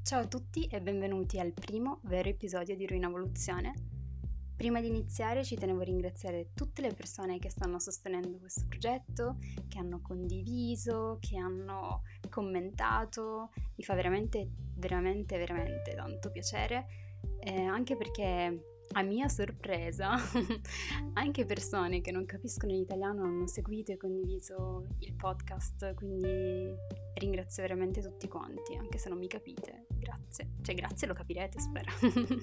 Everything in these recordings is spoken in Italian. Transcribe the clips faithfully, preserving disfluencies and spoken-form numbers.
Ciao a tutti e benvenuti al primo vero episodio di Ruina Evoluzione. Prima di iniziare ci tenevo a ringraziare tutte le persone che stanno sostenendo questo progetto, che hanno condiviso, che hanno commentato. Mi fa veramente, veramente, veramente tanto piacere, eh, anche perché a mia sorpresa anche persone che non capiscono l'italiano hanno seguito e condiviso il podcast, quindi ringrazio veramente tutti quanti, anche se non mi capite, grazie. Cioè grazie, lo capirete, spero.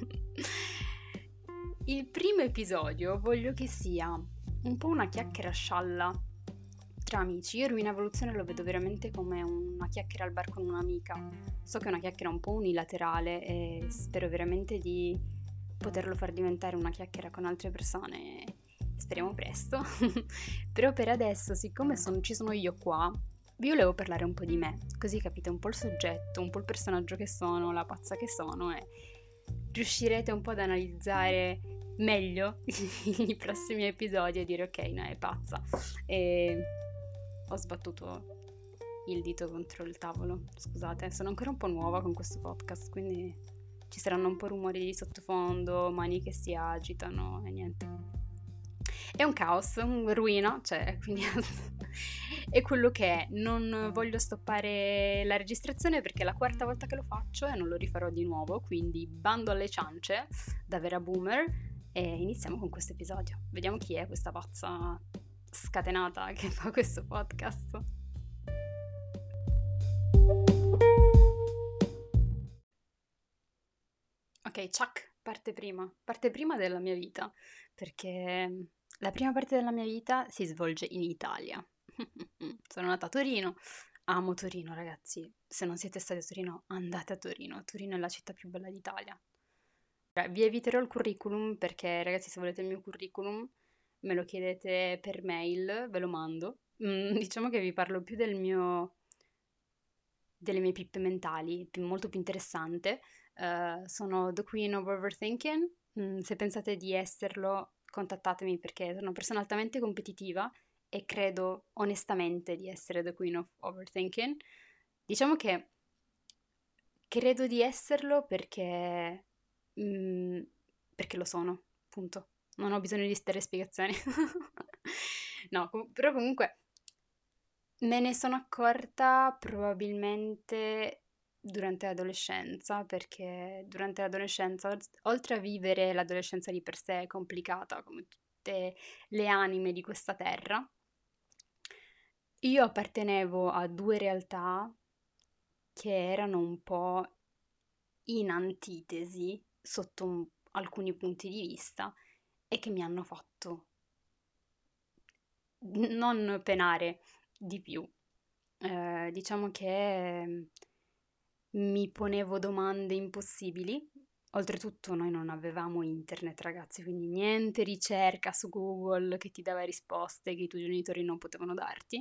Il primo episodio voglio che sia un po' una chiacchiera scialla tra amici. Io Ruina Evoluzione lo vedo veramente come una chiacchiera al bar con un'amica. So che è una chiacchiera un po' unilaterale e spero veramente di poterlo far diventare una chiacchiera con altre persone, speriamo presto. Però per adesso, siccome sono, ci sono io qua, vi volevo parlare un po' di me, così capite un po' il soggetto, un po' il personaggio che sono, la pazza che sono, e riuscirete un po' ad analizzare meglio i prossimi episodi e dire ok, no, è pazza. E ho sbattuto il dito contro il tavolo, scusate, sono ancora un po' nuova con questo podcast, quindi ci saranno un po' rumori di sottofondo, mani che si agitano e niente. È un caos, un ruina, cioè, quindi è quello che è. Non voglio stoppare la registrazione perché è la quarta volta che lo faccio e non lo rifarò di nuovo, quindi bando alle ciance da vera boomer e iniziamo con questo episodio. Vediamo chi è questa pazza scatenata che fa questo podcast. Ok, Chuck parte prima, parte prima della mia vita, perché la prima parte della mia vita si svolge in Italia. Sono nata a Torino, amo Torino ragazzi, se non siete stati a Torino andate a Torino, Torino è la città più bella d'Italia. Vi eviterò il curriculum perché ragazzi se volete il mio curriculum me lo chiedete per mail, ve lo mando. Mm, diciamo che vi parlo più del mio delle mie pippe mentali, più, molto più interessante. Uh, sono The Queen of Overthinking. Mm, se pensate di esserlo, contattatemi perché sono una persona altamente competitiva e credo onestamente di essere The Queen of Overthinking. Diciamo che credo di esserlo perché, mm, perché lo sono, punto. Non ho bisogno di dare spiegazioni. No, com- però comunque me ne sono accorta probabilmente durante l'adolescenza, perché durante l'adolescenza, ol- oltre a vivere l'adolescenza di per sé complicata, come tutte le anime di questa terra, io appartenevo a due realtà che erano un po' in antitesi sotto un- alcuni punti di vista e che mi hanno fatto non penare di più. Eh, diciamo che mm, mi ponevo domande impossibili. Oltretutto noi non avevamo internet, ragazzi, quindi niente ricerca su Google che ti dava risposte che i tuoi genitori non potevano darti.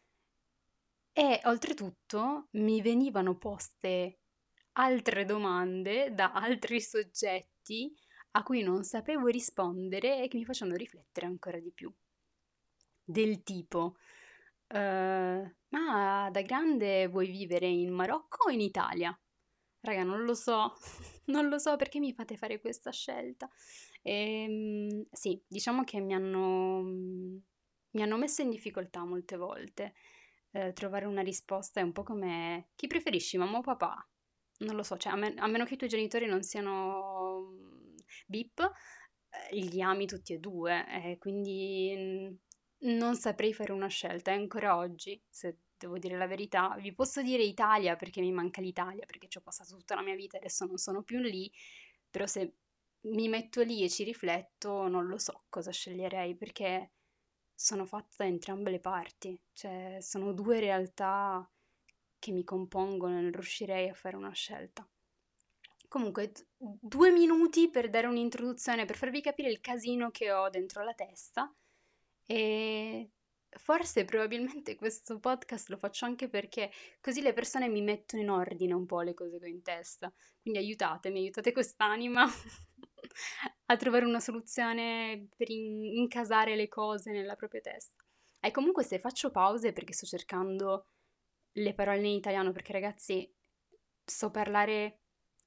E oltretutto mi venivano poste altre domande da altri soggetti a cui non sapevo rispondere e che mi facevano riflettere ancora di più. Del tipo, eh, ma da grande vuoi vivere in Marocco o in Italia? Raga, non lo so, non lo so perché mi fate fare questa scelta. Ehm, sì, diciamo che mi hanno, mi hanno messo in difficoltà molte volte. Eh, trovare una risposta è un po' come chi preferisci, mamma o papà? Non lo so, cioè a, me- a meno che i tuoi genitori non siano mm, bip, eh, li ami tutti e due, e quindi mm, non saprei fare una scelta, e ancora oggi, se devo dire la verità, vi posso dire Italia perché mi manca l'Italia, perché ci ho passato tutta la mia vita e adesso non sono più lì, però se mi metto lì e ci rifletto, non lo so cosa sceglierei, perché sono fatta da entrambe le parti, cioè sono due realtà che mi compongono e non riuscirei a fare una scelta. Comunque, d- due minuti per dare un'introduzione, per farvi capire il casino che ho dentro la testa e forse probabilmente questo podcast lo faccio anche perché così le persone mi mettono in ordine un po' le cose che ho in testa. Quindi aiutatemi, aiutate quest'anima a trovare una soluzione per in- incasare le cose nella propria testa. E comunque se faccio pause è perché sto cercando le parole in italiano, perché ragazzi so parlare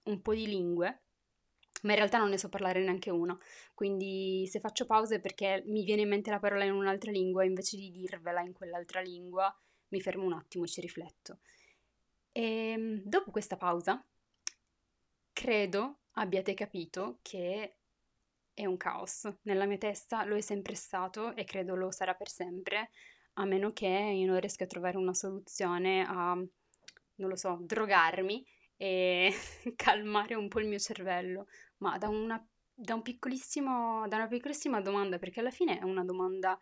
un po' di lingue, ma in realtà non ne so parlare neanche una. Quindi se faccio pause è perché mi viene in mente la parola in un'altra lingua, invece di dirvela in quell'altra lingua, mi fermo un attimo e ci rifletto. E dopo questa pausa, credo abbiate capito che è un caos. Nella mia testa lo è sempre stato e credo lo sarà per sempre, a meno che io non riesca a trovare una soluzione a, non lo so, drogarmi e calmare un po' il mio cervello. Ma da una, da un piccolissimo, da una piccolissima domanda, perché alla fine è una domanda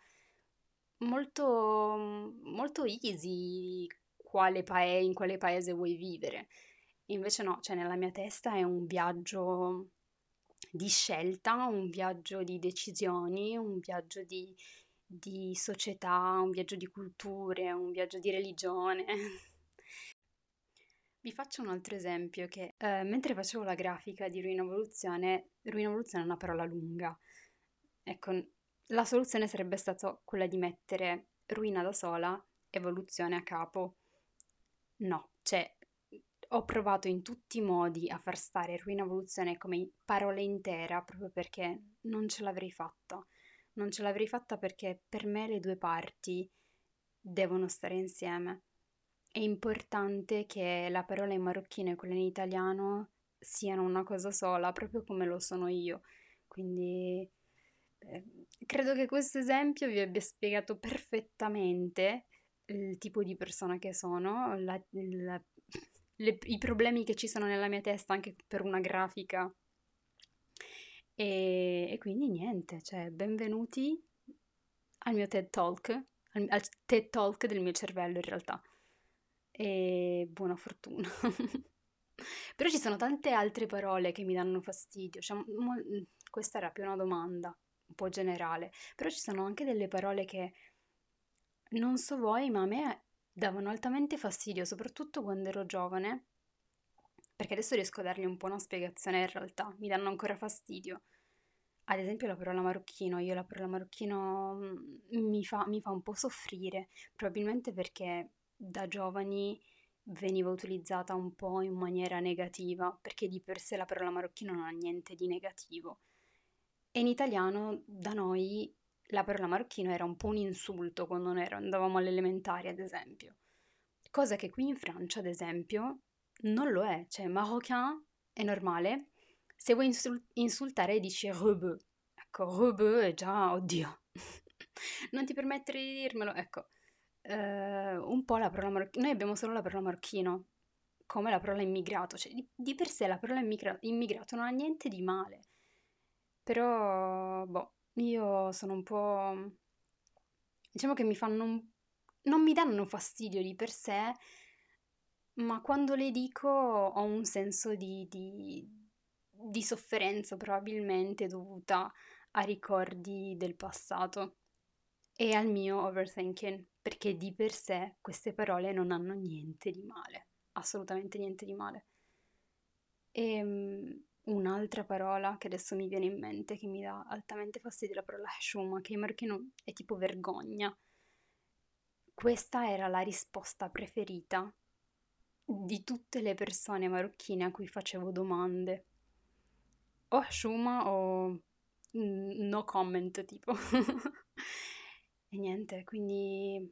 molto, molto easy, quale paese, in quale paese vuoi vivere. Invece no, cioè nella mia testa è un viaggio di scelta, un viaggio di decisioni, un viaggio di, di società, un viaggio di culture, un viaggio di religione. Vi faccio un altro esempio che eh, mentre facevo la grafica di Ruina Evoluzione, Ruina Evoluzione è una parola lunga. Ecco, la soluzione sarebbe stata quella di mettere ruina da sola, evoluzione a capo. No, cioè ho provato in tutti i modi a far stare ruina evoluzione come parola intera proprio perché non ce l'avrei fatta. Non ce l'avrei fatta perché per me le due parti devono stare insieme. È importante che la parola in marocchino e quella in italiano siano una cosa sola, proprio come lo sono io. Quindi eh, credo che questo esempio vi abbia spiegato perfettamente il tipo di persona che sono, la- la- le- i problemi che ci sono nella mia testa anche per una grafica. E, e quindi niente, cioè, benvenuti al mio TED Talk, al, al TED Talk del mio cervello in realtà. E buona fortuna. Però ci sono tante altre parole che mi danno fastidio, cioè, mo- questa era più una domanda, un po' generale, però ci sono anche delle parole che non so voi, ma a me davano altamente fastidio, soprattutto quando ero giovane, perché adesso riesco a dargli un po' una spiegazione in realtà, mi danno ancora fastidio. Ad esempio la parola marocchino, io la parola marocchino mm, mi fa, mi fa un po' soffrire, probabilmente perché da giovani veniva utilizzata un po' in maniera negativa, perché di per sé la parola marocchino non ha niente di negativo. E in italiano da noi la parola marocchino era un po' un insulto quando noi ero- andavamo alle elementari, ad esempio. Cosa che qui in Francia, ad esempio, non lo è. Cioè, marocain è normale. Se vuoi insul- insultare dici rebeu. Ecco, rebeu è già, oddio. Non ti permettere di dirmelo. Ecco, eh, un po' la parola marocchino. Noi abbiamo solo la parola marocchino, come la parola immigrato. Cioè, di, di per sé la parola immigra- immigrato non ha niente di male. Però, boh, io sono un po'. Diciamo che mi fanno un. Non mi danno fastidio di per sé, ma quando le dico ho un senso di, di- di sofferenza probabilmente dovuta a ricordi del passato e al mio overthinking, perché di per sé queste parole non hanno niente di male, assolutamente niente di male. E mm, un'altra parola che adesso mi viene in mente che mi dà altamente fastidio è la parola hashuma, che in marocchino è tipo vergogna. Questa era la risposta preferita di tutte le persone marocchine a cui facevo domande. O Shuma o mm, no comment tipo. E niente, quindi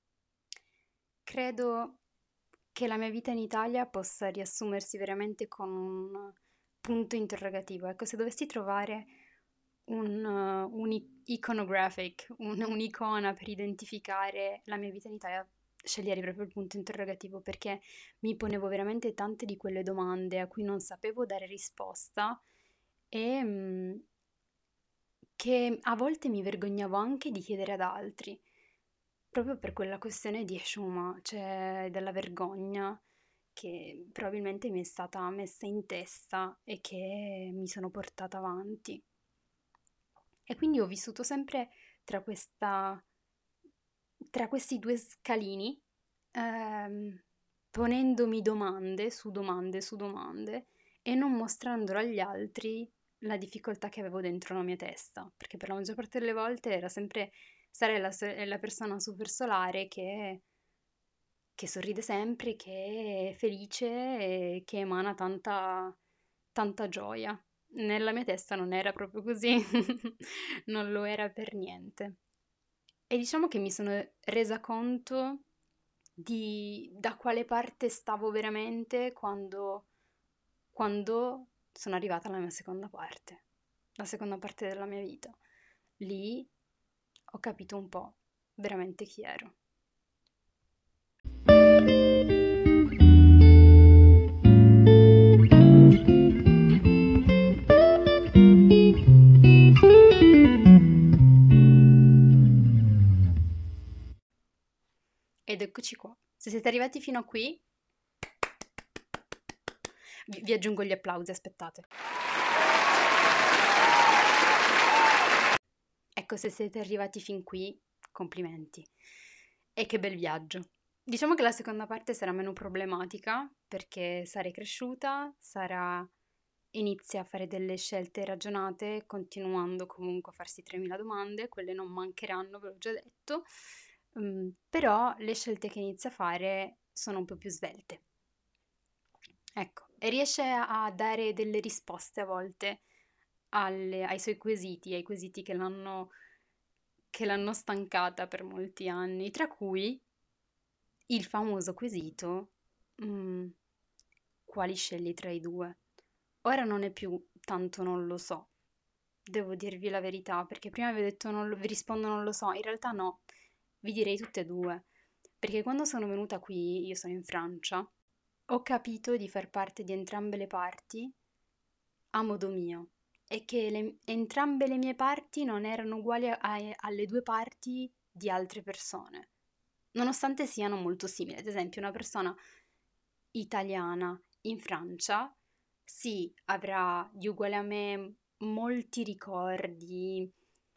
credo che la mia vita in Italia possa riassumersi veramente con un punto interrogativo. Ecco, se dovessi trovare un, uh, un i- iconographic, un- un'icona per identificare la mia vita in Italia, sceglierei proprio il punto interrogativo perché mi ponevo veramente tante di quelle domande a cui non sapevo dare risposta e mm, che a volte mi vergognavo anche di chiedere ad altri, proprio per quella questione di Eshuma, cioè della vergogna che probabilmente mi è stata messa in testa e che mi sono portata avanti. E quindi ho vissuto sempre tra questa, tra questi due scalini, ehm, ponendomi domande su domande su domande e non mostrando agli altri la difficoltà che avevo dentro la mia testa, perché per la maggior parte delle volte era sempre stare la, so- la persona super solare che, che sorride sempre, che è felice e che emana tanta, tanta gioia. Nella mia testa non era proprio così, non lo era per niente. E diciamo che mi sono resa conto di da quale parte stavo veramente quando, quando sono arrivata alla mia seconda parte, la seconda parte della mia vita. Lì ho capito un po' veramente chi ero. Ed eccoci qua. Se siete arrivati fino a qui, vi, vi aggiungo gli applausi, aspettate. Ecco, se siete arrivati fin qui, complimenti. E che bel viaggio. Diciamo che la seconda parte sarà meno problematica perché sarei cresciuta, Sara inizia a fare delle scelte ragionate, continuando comunque a farsi tremila domande, quelle non mancheranno, ve l'ho già detto, mm, però le scelte che inizia a fare sono un po' più svelte. Ecco, e riesce a dare delle risposte a volte alle- ai suoi quesiti, ai quesiti che l'hanno che l'hanno stancata per molti anni, tra cui il famoso quesito, mm, quali scegli tra i due? Ora non è più tanto non lo so, devo dirvi la verità, perché prima vi ho detto non lo- vi rispondo non lo so, in realtà no, vi direi tutte e due, perché quando sono venuta qui, io sono in Francia, ho capito di far parte di entrambe le parti a modo mio e che le- entrambe le mie parti non erano uguali a- a- alle due parti di altre persone, nonostante siano molto simili. Ad esempio, una persona italiana in Francia, sì, avrà di uguale a me molti ricordi,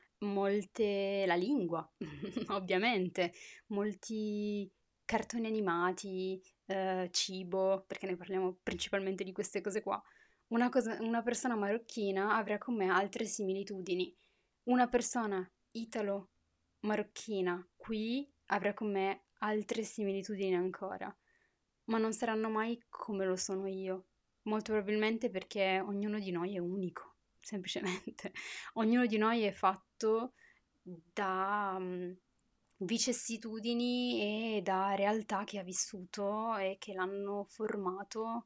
molte la lingua, ovviamente, molti cartoni animati, eh, cibo, perché ne parliamo principalmente di queste cose qua. Una cosa- una persona marocchina avrà con me altre similitudini. Una persona italo-marocchina qui avrà con me altre similitudini ancora, ma non saranno mai come lo sono io. Molto probabilmente perché ognuno di noi è unico, semplicemente. Ognuno di noi è fatto da mm, vicissitudini e da realtà che ha vissuto e che l'hanno formato,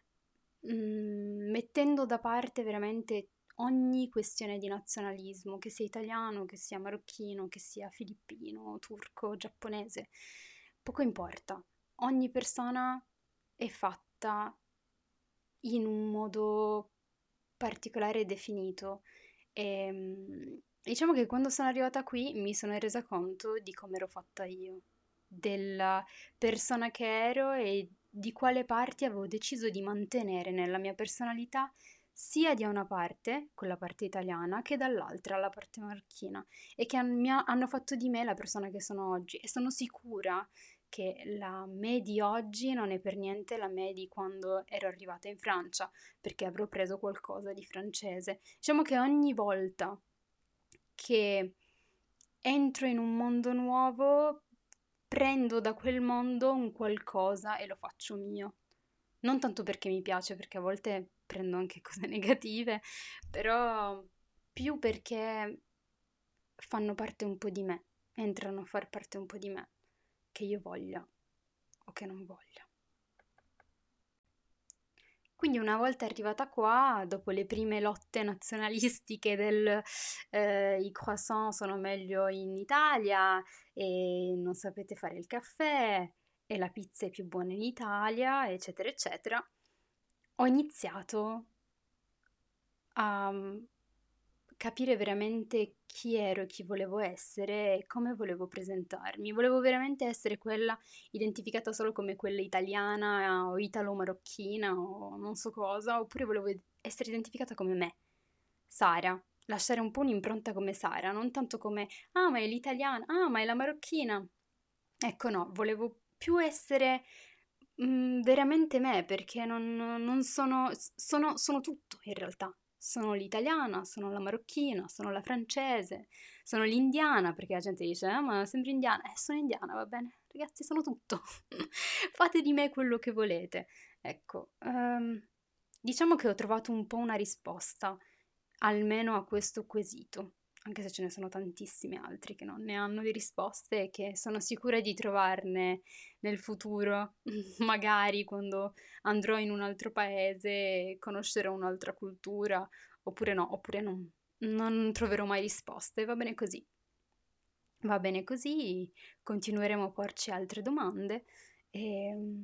mm, mettendo da parte veramente ogni questione di nazionalismo, che sia italiano, che sia marocchino, che sia filippino, turco, giapponese, poco importa. Ogni persona è fatta in un modo particolare e definito. E, mm, diciamo che quando sono arrivata qui mi sono resa conto di come ero fatta io, della persona che ero e di quale parti avevo deciso di mantenere nella mia personalità, sia da una parte, quella parte italiana, che dall'altra, la parte marocchina, e che han- mi ha- hanno fatto di me la persona che sono oggi. E sono sicura che la me di oggi non è per niente la me di quando ero arrivata in Francia, perché avrò preso qualcosa di francese. Diciamo che ogni volta che entro in un mondo nuovo, prendo da quel mondo un qualcosa e lo faccio mio. Non tanto perché mi piace, perché a volte prendo anche cose negative, però più perché fanno parte un po' di me, entrano a far parte un po' di me, che io voglia o che non voglia. Quindi una volta arrivata qua, dopo le prime lotte nazionalistiche del eh, i croissant sono meglio in Italia e non sapete fare il caffè e la pizza è più buona in Italia, eccetera, eccetera, ho iniziato a mm, capire veramente chi ero, chi volevo essere e come volevo presentarmi. Volevo veramente essere quella identificata solo come quella italiana o italo-marocchina o non so cosa, oppure volevo essere identificata come me, Sara. Lasciare un po' un'impronta come Sara, non tanto come ah, ma è l'italiana, ah, ma è la marocchina. Ecco, no, volevo più essere mm, veramente me, perché non, non sono, sono, sono tutto in realtà. Sono l'italiana, sono la marocchina, sono la francese, sono l'indiana, perché la gente dice, ah, ma sembri indiana. Eh, sono indiana, va bene. Ragazzi, sono tutto. Fate di me quello che volete. Ecco, ehm, diciamo che ho trovato un po' una risposta, almeno a questo quesito, anche se ce ne sono tantissimi altri che non ne hanno di risposte e che sono sicura di trovarne nel futuro, magari quando andrò in un altro paese e conoscerò un'altra cultura, oppure no, oppure non, non troverò mai risposte, va bene così. Va bene così, continueremo a porci altre domande e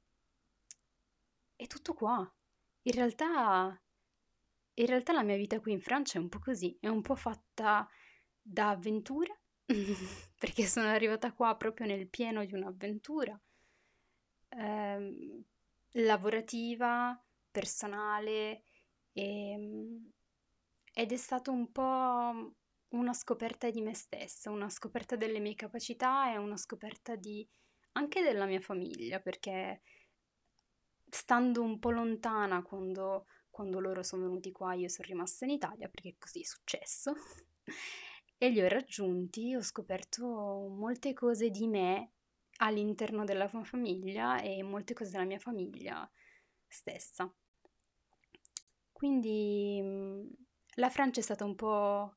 è tutto qua. In realtà, in realtà la mia vita qui in Francia è un po' così, è un po' fatta da avventure, perché sono arrivata qua proprio nel pieno di un'avventura, ehm, lavorativa, personale, e- ed è stato un po' una scoperta di me stessa, una scoperta delle mie capacità e una scoperta di, anche della mia famiglia, perché stando un po' lontana quando, quando loro sono venuti qua, io sono rimasta in Italia perché così è successo. E li ho raggiunti, ho scoperto molte cose di me all'interno della mia famiglia e molte cose della mia famiglia stessa. Quindi mh, la Francia è stata un po'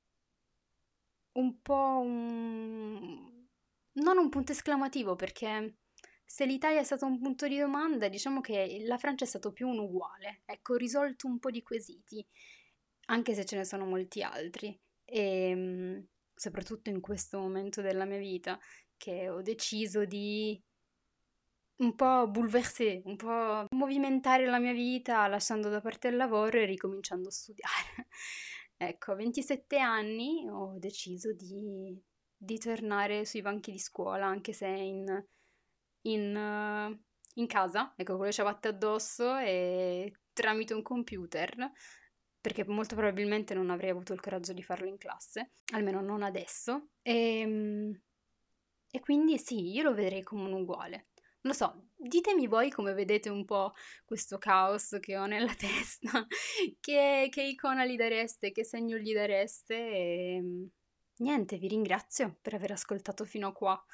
un po' un... non un punto esclamativo, perché se l'Italia è stato un punto di domanda, diciamo che la Francia è stato più un uguale. Ecco, ho risolto un po' di quesiti, anche se ce ne sono molti altri. E mh, soprattutto in questo momento della mia vita, che ho deciso di un po' bouleverser, un po' movimentare la mia vita lasciando da parte il lavoro e ricominciando a studiare. Ecco, a ventisette anni ho deciso di, di tornare sui banchi di scuola, anche se in, in, eh, in casa, ecco, con le ciabatte addosso e tramite un computer, perché molto probabilmente non avrei avuto il coraggio di farlo in classe, almeno non adesso. E, e quindi sì, io lo vedrei come un uguale. Non lo so, ditemi voi come vedete un po' questo caos che ho nella testa, che, che icona gli dareste, che segno gli dareste e niente, vi ringrazio per aver ascoltato fino a qua.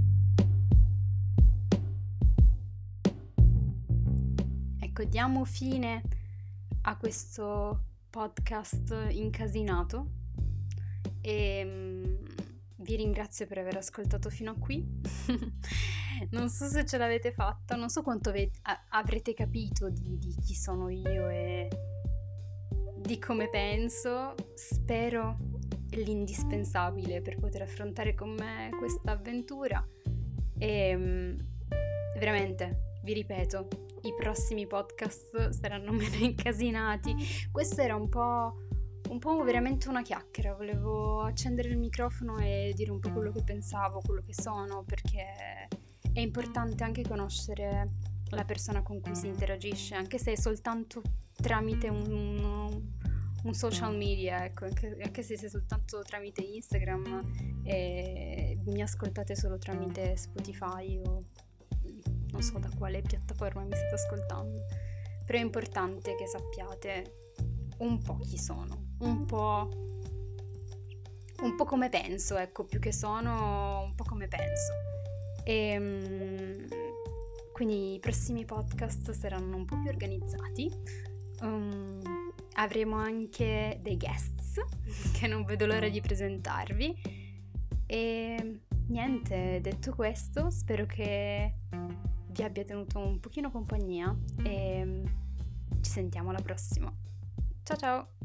Ecco, diamo fine a questo podcast incasinato e mm, vi ringrazio per aver ascoltato fino a qui. Non so se ce l'avete fatta, non so quanto ave- a- avrete capito di, di chi sono io e di come penso. Spero l'indispensabile per poter affrontare con me questa avventura e mm, veramente, vi ripeto, i prossimi podcast saranno meno incasinati. Questo era un po', un po' veramente una chiacchiera. Volevo accendere il microfono e dire un po' quello che pensavo, quello che sono, perché è importante anche conoscere la persona con cui si interagisce, anche se è soltanto tramite un, un social media, ecco, anche, anche se sia soltanto tramite Instagram e mi ascoltate solo tramite Spotify o non so da quale piattaforma mi state ascoltando, però è importante che sappiate un po' chi sono, un po', un po' come penso, ecco, più che sono, un po' come penso. E mm, quindi i prossimi podcast saranno un po' più organizzati. Um, avremo anche dei guests che non vedo l'ora di presentarvi. E niente, detto questo, spero che vi abbia tenuto un pochino compagnia e ci sentiamo alla prossima. Ciao ciao!